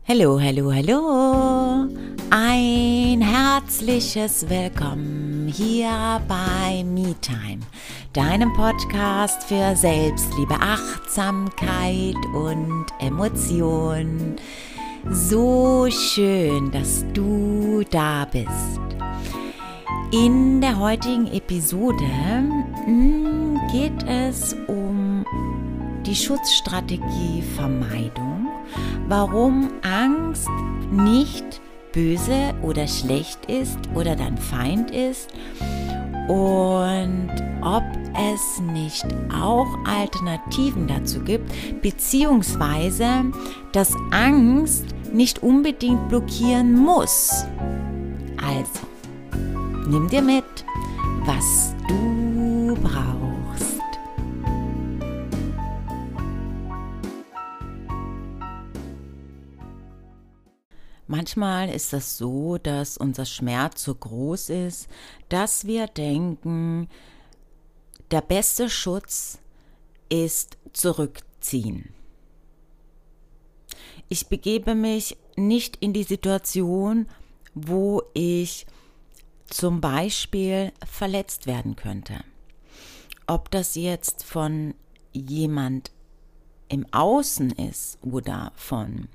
Hallo, hallo, hallo. Ein herzliches Willkommen hier bei MeTime, deinem Podcast für Selbstliebe, Achtsamkeit und Emotion. So schön, dass du da bist. In der heutigen Episode geht es um die Schutzstrategie Vermeidung, warum Angst nicht böse oder schlecht ist oder dein Feind ist und ob es nicht auch Alternativen dazu gibt, beziehungsweise dass Angst nicht unbedingt blockieren muss. Also, nimm dir mit, was du brauchst. Manchmal ist das so, dass unser Schmerz so groß ist, dass wir denken, der beste Schutz ist zurückziehen. Ich begebe mich nicht in die Situation, wo ich zum Beispiel verletzt werden könnte. Ob das jetzt von jemand im Außen ist oder von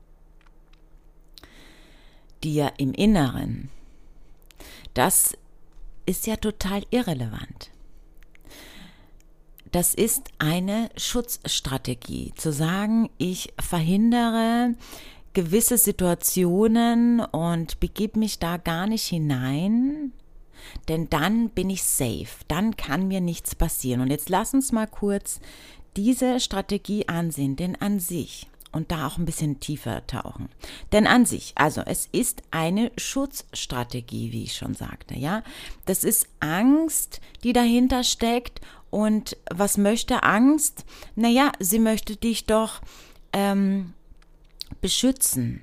dir im Inneren, das ist ja total irrelevant. Das ist eine Schutzstrategie, zu sagen, ich verhindere gewisse Situationen und begebe mich da gar nicht hinein, denn dann bin ich safe, dann kann mir nichts passieren. Und jetzt lass uns mal kurz diese Strategie ansehen, denn an sich, und da auch ein bisschen tiefer tauchen. Denn an sich, also es ist eine Schutzstrategie, wie ich schon sagte, ja. Das ist Angst, die dahinter steckt. Und was möchte Angst? Naja, sie möchte dich doch beschützen.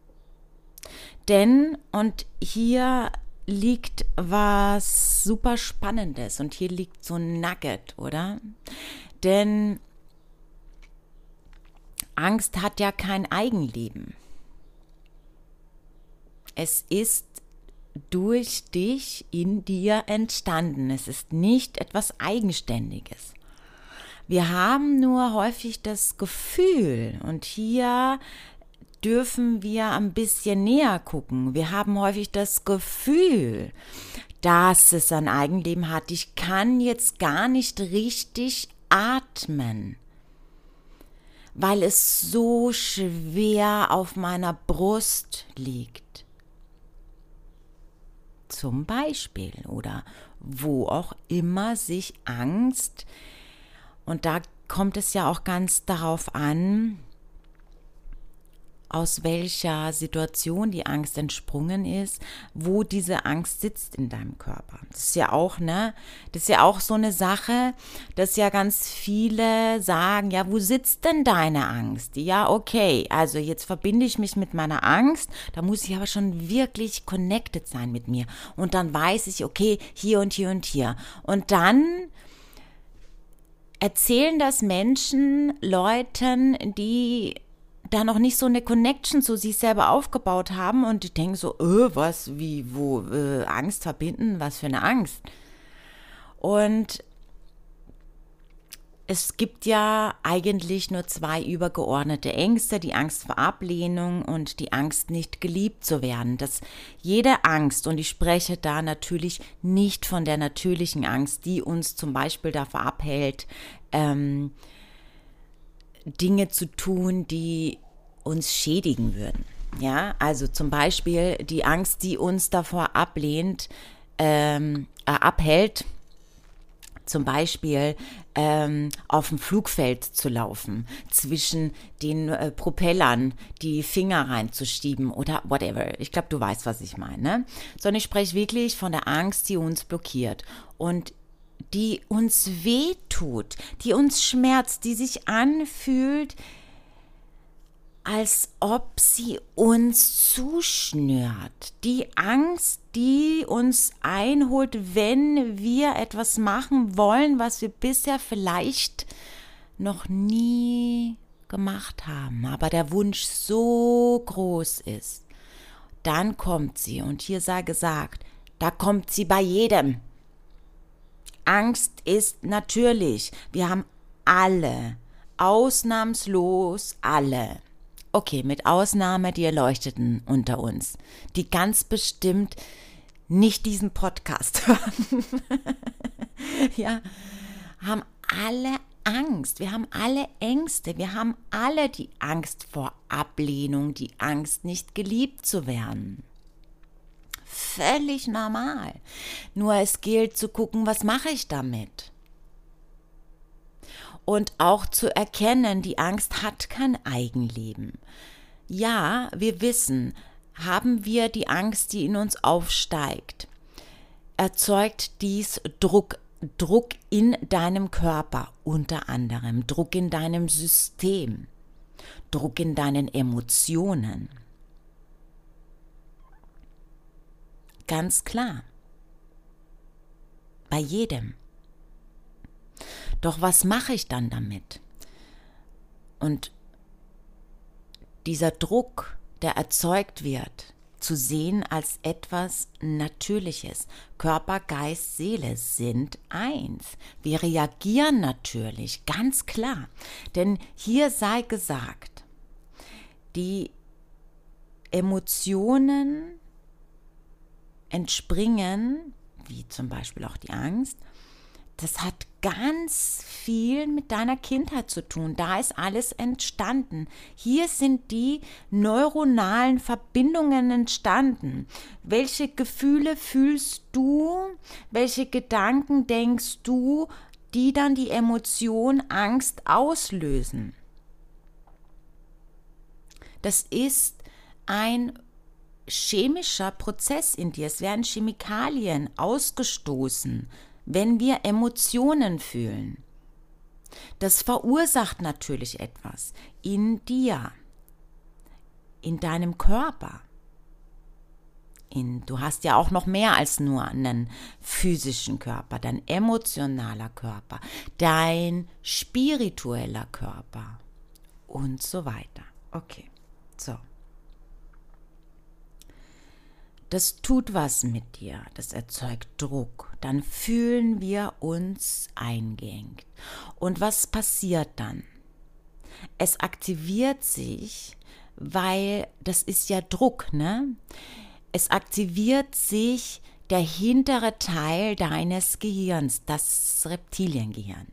Denn, und hier liegt was super Spannendes und hier liegt so ein Nugget, oder? Denn Angst hat ja kein Eigenleben. Es ist durch dich in dir entstanden. Es ist nicht etwas Eigenständiges. Wir haben nur häufig das Gefühl, und hier dürfen wir ein bisschen näher gucken. Wir haben häufig das Gefühl, dass es ein Eigenleben hat. Ich kann jetzt gar nicht richtig atmen, weil es so schwer auf meiner Brust liegt. Zum Beispiel oder wo auch immer sich Angst, und da kommt es ja auch ganz darauf an, aus welcher Situation die Angst entsprungen ist, wo diese Angst sitzt in deinem Körper. Das ist ja auch, das ist ja auch so eine Sache, dass ja ganz viele sagen, ja, wo sitzt denn deine Angst? Ja, okay, also jetzt verbinde ich mich mit meiner Angst, da muss ich aber schon wirklich connected sein mit mir. Und dann weiß ich, okay, hier und hier und hier. Und dann erzählen das Menschen, Leuten, die da noch nicht so eine Connection zu sich selber aufgebaut haben und die denken so, was, wie, wo, Angst verbinden, was für eine Angst. Und es gibt ja eigentlich nur zwei übergeordnete Ängste, die Angst vor Ablehnung und die Angst, nicht geliebt zu werden. Dass jede Angst, und ich spreche da natürlich nicht von der natürlichen Angst, die uns zum Beispiel davor abhält, Dinge zu tun, die uns schädigen würden. Ja, also zum Beispiel die Angst, die uns davor abhält, zum Beispiel auf dem Flugfeld zu laufen, zwischen den Propellern die Finger reinzuschieben oder whatever. Ich glaube, du weißt, was ich meine. Ne? Sondern ich spreche wirklich von der Angst, die uns blockiert und die uns wehtut, die uns schmerzt, die sich anfühlt, als ob sie uns zuschnürt. Die Angst, die uns einholt, wenn wir etwas machen wollen, was wir bisher vielleicht noch nie gemacht haben, aber der Wunsch so groß ist, dann kommt sie. Und hier sei gesagt, da kommt sie bei jedem. Angst ist natürlich. Wir haben alle, ausnahmslos alle. Okay, mit Ausnahme die Erleuchteten unter uns, die ganz bestimmt nicht diesen Podcast hören. Ja, haben alle Angst, wir haben alle Ängste, wir haben alle die Angst vor Ablehnung, die Angst, nicht geliebt zu werden. Völlig normal. Nur es gilt zu gucken, was mache ich damit? Und auch zu erkennen, die Angst hat kein Eigenleben. Ja, wir wissen, haben wir die Angst, die in uns aufsteigt, erzeugt dies Druck in deinem Körper, unter anderem Druck in deinem System, Druck in deinen Emotionen. Ganz klar. Bei jedem. Doch was mache ich dann damit? Und dieser Druck, der erzeugt wird, zu sehen als etwas Natürliches. Körper, Geist, Seele sind eins. Wir reagieren natürlich, ganz klar. Denn hier sei gesagt, die Emotionen entspringen, wie zum Beispiel auch die Angst, das hat ganz viel mit deiner Kindheit zu tun. Da ist alles entstanden. Hier sind die neuronalen Verbindungen entstanden. Welche Gefühle fühlst du? Welche Gedanken denkst du, die dann die Emotion Angst auslösen? Das ist ein chemischer Prozess in dir. Es werden Chemikalien ausgestoßen, wenn wir Emotionen fühlen. Das verursacht natürlich etwas in dir, in deinem Körper. Du hast ja auch noch mehr als nur einen physischen Körper, dein emotionaler Körper, dein spiritueller Körper und so weiter. Okay, so. Das tut was mit dir, das erzeugt Druck. Dann fühlen wir uns eingeengt. Und was passiert dann? Es aktiviert sich, weil das ist ja Druck, ne? Es aktiviert sich der hintere Teil deines Gehirns, das Reptiliengehirn.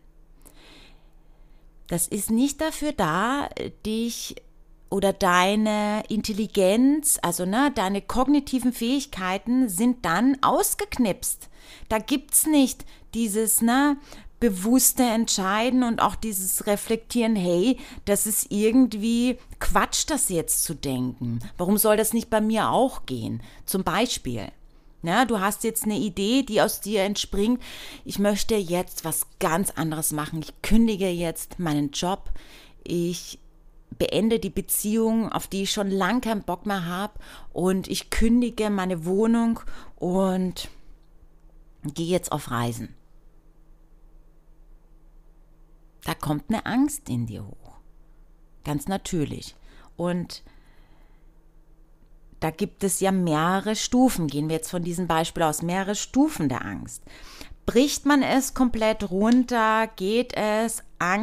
Das ist nicht dafür da, dich oder deine Intelligenz, also deine kognitiven Fähigkeiten sind dann ausgeknipst. Da gibt's nicht dieses bewusste Entscheiden und auch dieses Reflektieren, hey, das ist irgendwie Quatsch, das jetzt zu denken. Warum soll das nicht bei mir auch gehen? Zum Beispiel, du hast jetzt eine Idee, die aus dir entspringt, ich möchte jetzt was ganz anderes machen, ich kündige jetzt meinen Job, ich beende die Beziehung, auf die ich schon lange keinen Bock mehr habe und ich kündige meine Wohnung und gehe jetzt auf Reisen. Da kommt eine Angst in dir hoch. Ganz natürlich. Und da gibt es ja mehrere Stufen. Gehen wir jetzt von diesem Beispiel aus, mehrere Stufen der Angst. Bricht man es komplett runter, geht es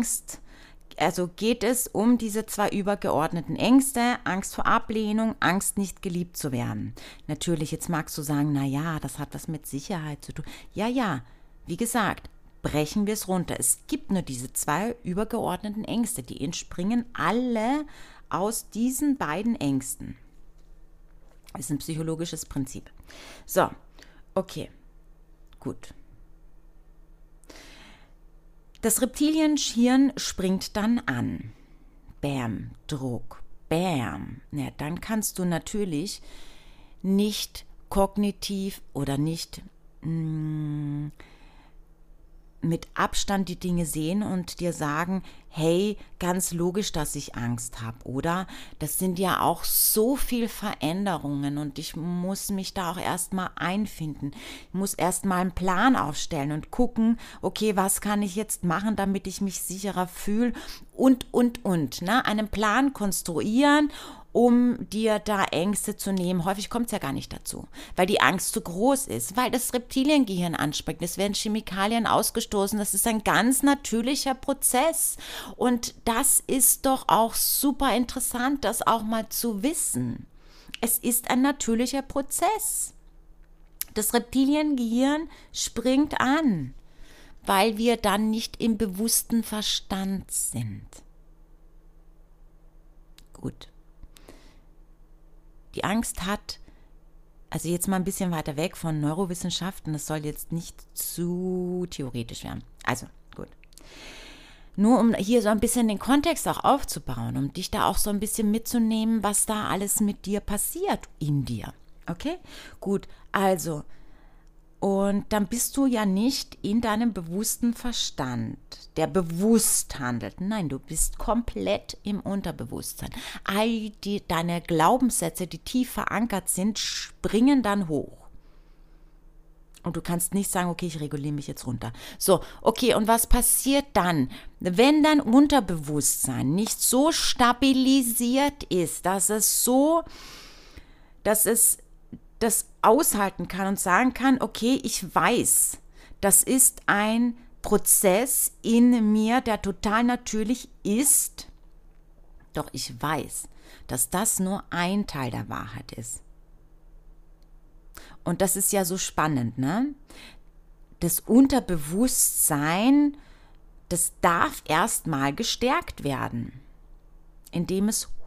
um diese zwei übergeordneten Ängste, Angst vor Ablehnung, Angst nicht geliebt zu werden. Natürlich, jetzt magst du sagen, das hat was mit Sicherheit zu tun. Ja, wie gesagt, brechen wir es runter. Es gibt nur diese zwei übergeordneten Ängste, die entspringen alle aus diesen beiden Ängsten. Das ist ein psychologisches Prinzip. So, okay, gut. Das Reptilienhirn springt dann an. Bäm, Druck, bäm. Ja, dann kannst du natürlich nicht kognitiv oder nicht mit Abstand die Dinge sehen und dir sagen, hey, ganz logisch, dass ich Angst habe, oder? Das sind ja auch so viel Veränderungen und ich muss mich da auch erstmal einfinden. Ich muss erstmal einen Plan aufstellen und gucken, okay, was kann ich jetzt machen, damit ich mich sicherer fühle und. Ne? Einen Plan konstruieren, um dir da Ängste zu nehmen. Häufig kommt es ja gar nicht dazu, weil die Angst zu groß ist, weil das Reptiliengehirn anspringt. Es werden Chemikalien ausgestoßen. Das ist ein ganz natürlicher Prozess. Und das ist doch auch super interessant, das auch mal zu wissen. Es ist ein natürlicher Prozess. Das Reptiliengehirn springt an, weil wir dann nicht im bewussten Verstand sind. Gut. Die Angst hat, also jetzt mal ein bisschen weiter weg von Neurowissenschaften, das soll jetzt nicht zu theoretisch werden. Also, gut. Nur um hier so ein bisschen den Kontext auch aufzubauen, um dich da auch so ein bisschen mitzunehmen, was da alles mit dir passiert in dir. Okay? Gut, also, und dann bist du ja nicht in deinem bewussten Verstand, der bewusst handelt. Nein, du bist komplett im Unterbewusstsein. Deine Glaubenssätze, die tief verankert sind, springen dann hoch. Und du kannst nicht sagen, okay, ich reguliere mich jetzt runter. So, okay, und was passiert dann, wenn dein Unterbewusstsein nicht so stabilisiert ist, dass es das aushalten kann und sagen kann, okay, ich weiß, das ist ein Prozess in mir, der total natürlich ist, doch ich weiß, dass das nur ein Teil der Wahrheit ist. Und das ist ja so spannend, ne? Das Unterbewusstsein, das darf erstmal gestärkt werden, indem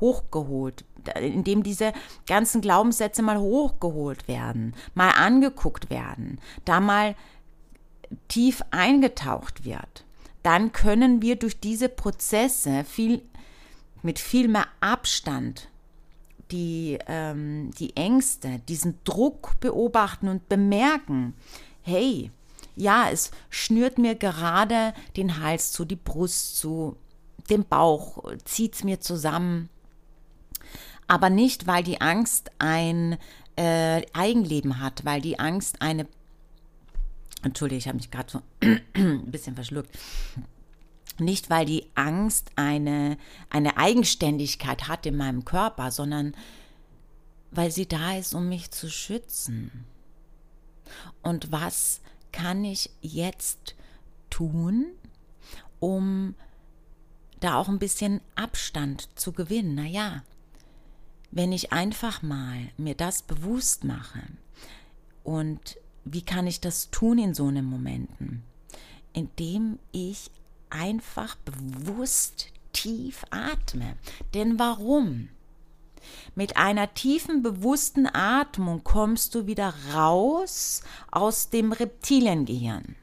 diese ganzen Glaubenssätze mal hochgeholt werden, mal angeguckt werden, da mal tief eingetaucht wird. Dann können wir durch diese Prozesse mit viel mehr Abstand die Ängste, diesen Druck beobachten und bemerken, hey, ja, es schnürt mir gerade den Hals zu, die Brust zu, den Bauch zieht es mir zusammen. Aber nicht, weil die Angst ein Eigenleben hat, weil die Angst Entschuldige, ich habe mich gerade so ein bisschen verschluckt. Nicht, weil die Angst eine Eigenständigkeit hat in meinem Körper, sondern weil sie da ist, um mich zu schützen. Und was kann ich jetzt tun, um da auch ein bisschen Abstand zu gewinnen? Naja, wenn ich einfach mal mir das bewusst mache, und wie kann ich das tun in so einem Momenten? Indem ich einfach bewusst tief atme. Denn warum? Mit einer tiefen, bewussten Atmung kommst du wieder raus aus dem Reptiliengehirn.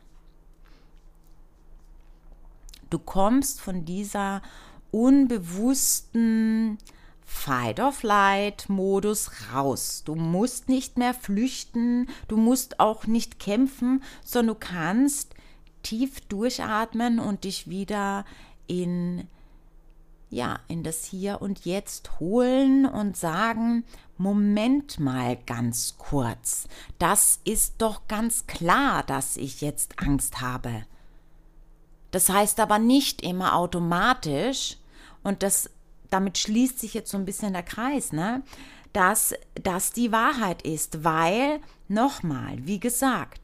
Du kommst von dieser unbewussten Fight-or-Flight-Modus raus. Du musst nicht mehr flüchten, du musst auch nicht kämpfen, sondern du kannst tief durchatmen und dich wieder in das Hier und Jetzt holen und sagen, Moment mal ganz kurz, das ist doch ganz klar, dass ich jetzt Angst habe. Das heißt aber nicht immer automatisch, und damit schließt sich jetzt so ein bisschen der Kreis, ne? Dass das die Wahrheit ist, weil, nochmal, wie gesagt,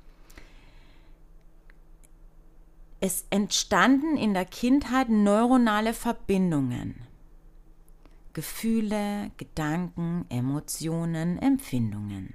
es entstanden in der Kindheit neuronale Verbindungen. Gefühle, Gedanken, Emotionen, Empfindungen.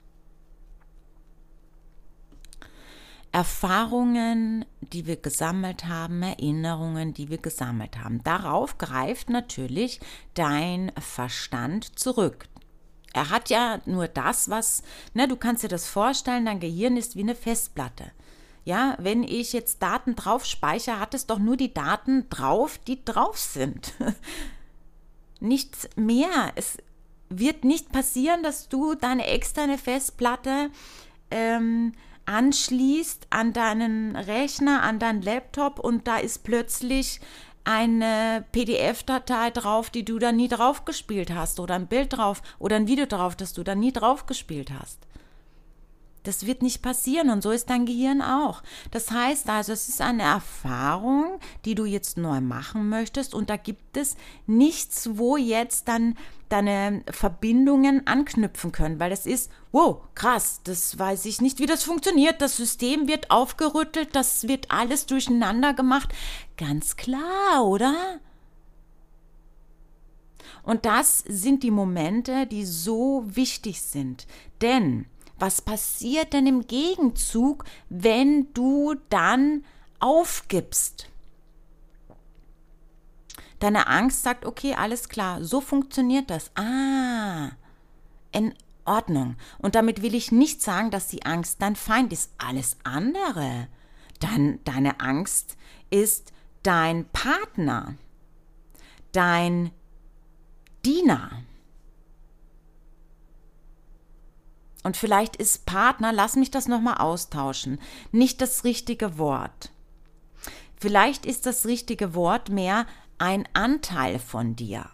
Erfahrungen, die wir gesammelt haben, Erinnerungen, die wir gesammelt haben. Darauf greift natürlich dein Verstand zurück. Er hat ja nur das, du kannst dir das vorstellen, dein Gehirn ist wie eine Festplatte. Ja, wenn ich jetzt Daten drauf speichere, hat es doch nur die Daten drauf, die drauf sind. Nichts mehr. Es wird nicht passieren, dass du deine externe Festplatte anschließt an deinen Rechner, an deinen Laptop und da ist plötzlich eine PDF-Datei drauf, die du da nie drauf gespielt hast oder ein Bild drauf oder ein Video drauf, das du da nie drauf gespielt hast. Das wird nicht passieren und so ist dein Gehirn auch. Das heißt also, es ist eine Erfahrung, die du jetzt neu machen möchtest und da gibt es nichts, wo jetzt dann deine Verbindungen anknüpfen können, weil es ist, wow, krass, das weiß ich nicht, wie das funktioniert. Das System wird aufgerüttelt, das wird alles durcheinander gemacht. Ganz klar, oder? Und das sind die Momente, die so wichtig sind, denn was passiert denn im Gegenzug, wenn du dann aufgibst? Deine Angst sagt, okay, alles klar, so funktioniert das. In Ordnung. Und damit will ich nicht sagen, dass die Angst dein Feind ist. Alles andere. Deine Angst ist dein Partner, dein Diener. Und vielleicht ist Partner, lass mich das nochmal austauschen, nicht das richtige Wort. Vielleicht ist das richtige Wort mehr ein Anteil von dir,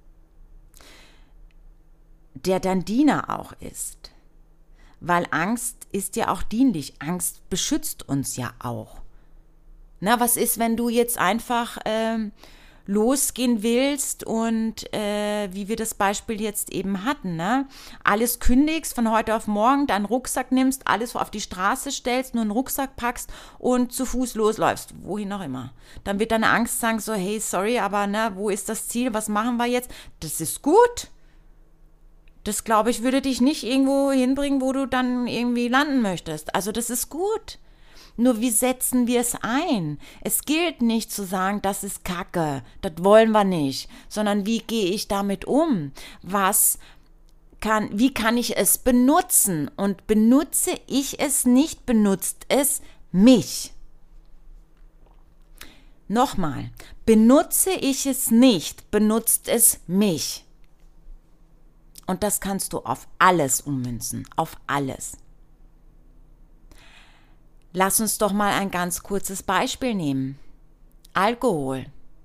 der dein Diener auch ist. Weil Angst ist ja auch dienlich. Angst beschützt uns ja auch. Na, was ist, wenn du jetzt einfach losgehen willst und wie wir das Beispiel jetzt eben hatten, ne? Alles kündigst von heute auf morgen, deinen Rucksack nimmst, alles auf die Straße stellst, nur einen Rucksack packst und zu Fuß losläufst, wohin auch immer. Dann wird deine Angst sagen so, hey, sorry, aber ne, wo ist das Ziel, was machen wir jetzt? Das ist gut. Das, glaube ich, würde dich nicht irgendwo hinbringen, wo du dann irgendwie landen möchtest. Also das ist gut. Nur wie setzen wir es ein? Es gilt nicht zu sagen, das ist Kacke, das wollen wir nicht, sondern wie gehe ich damit um? Wie kann ich es benutzen? Und benutze ich es nicht, benutzt es mich. Nochmal, benutze ich es nicht, benutzt es mich. Und das kannst du auf alles ummünzen, auf alles. Lass uns doch mal ein ganz kurzes Beispiel nehmen. Alkohol.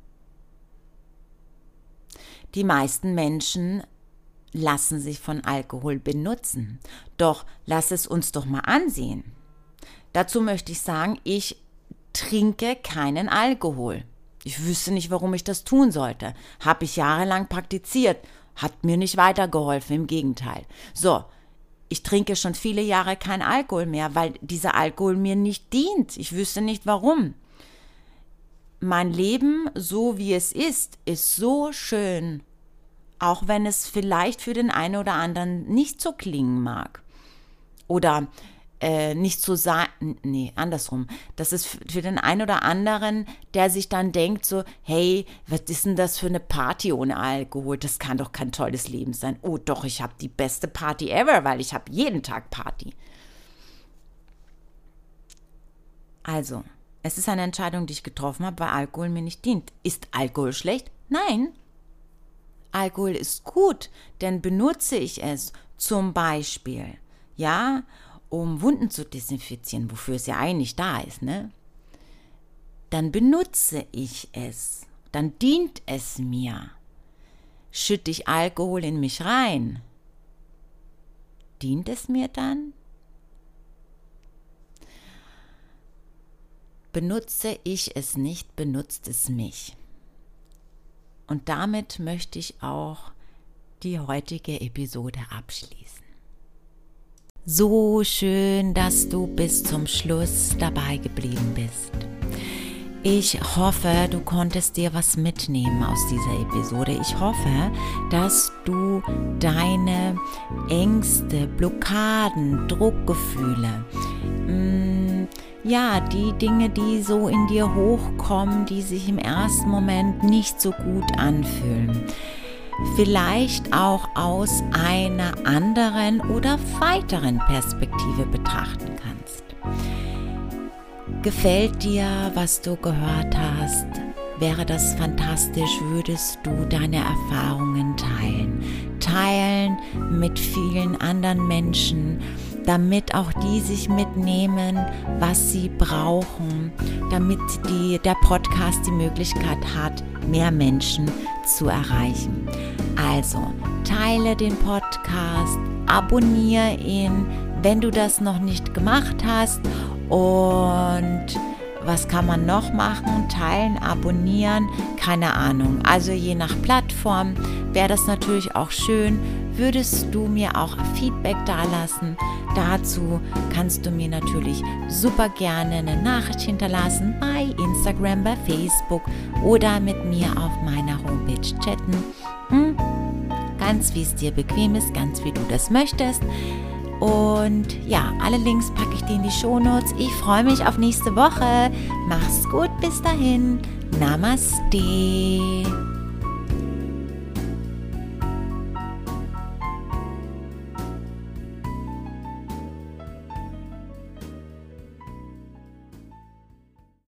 Die meisten Menschen lassen sich von Alkohol benutzen. Doch lass es uns doch mal ansehen. Dazu möchte ich sagen, ich trinke keinen Alkohol. Ich wüsste nicht, warum ich das tun sollte. Habe ich jahrelang praktiziert. Hat mir nicht weitergeholfen, im Gegenteil. So. Ich trinke schon viele Jahre kein Alkohol mehr, weil dieser Alkohol mir nicht dient. Ich wüsste nicht warum. Mein Leben, so wie es ist so schön. Auch wenn es vielleicht für den einen oder anderen nicht so klingen mag. Oder nicht so sein, nee, andersrum. Das ist für den einen oder anderen, der sich dann denkt so, hey, was ist denn das für eine Party ohne Alkohol? Das kann doch kein tolles Leben sein. Oh doch, ich habe die beste Party ever, weil ich habe jeden Tag Party. Also, es ist eine Entscheidung, die ich getroffen habe, weil Alkohol mir nicht dient. Ist Alkohol schlecht? Nein. Alkohol ist gut, denn benutze ich es zum Beispiel, ja, um Wunden zu desinfizieren, wofür es ja eigentlich da ist, ne? Dann benutze ich es, dann dient es mir. Schütte ich Alkohol in mich rein, dient es mir dann? Benutze ich es nicht, benutzt es mich. Und damit möchte ich auch die heutige Episode abschließen. So schön, dass du bis zum Schluss dabei geblieben bist. Ich hoffe, du konntest dir was mitnehmen aus dieser Episode. Ich hoffe, dass du deine Ängste, Blockaden, Druckgefühle, die Dinge, die so in dir hochkommen, die sich im ersten Moment nicht so gut anfühlen, vielleicht auch aus einer anderen oder weiteren Perspektive betrachten kannst. Gefällt dir, was du gehört hast? Wäre das fantastisch, würdest du deine Erfahrungen teilen mit vielen anderen Menschen damit auch die sich mitnehmen, was sie brauchen, damit der Podcast die Möglichkeit hat, mehr Menschen zu erreichen. Also teile den Podcast, abonniere ihn, wenn du das noch nicht gemacht hast. Und was kann man noch machen? Teilen, abonnieren, keine Ahnung. Also je nach Plattform wäre das natürlich auch schön. Würdest du mir auch Feedback dalassen? Dazu kannst du mir natürlich super gerne eine Nachricht hinterlassen bei Instagram, bei Facebook oder mit mir auf meiner Homepage chatten. Ganz wie es dir bequem ist, ganz wie du das möchtest. Und ja, alle Links packe ich dir in die Shownotes. Ich freue mich auf nächste Woche. Mach's gut, bis dahin. Namaste.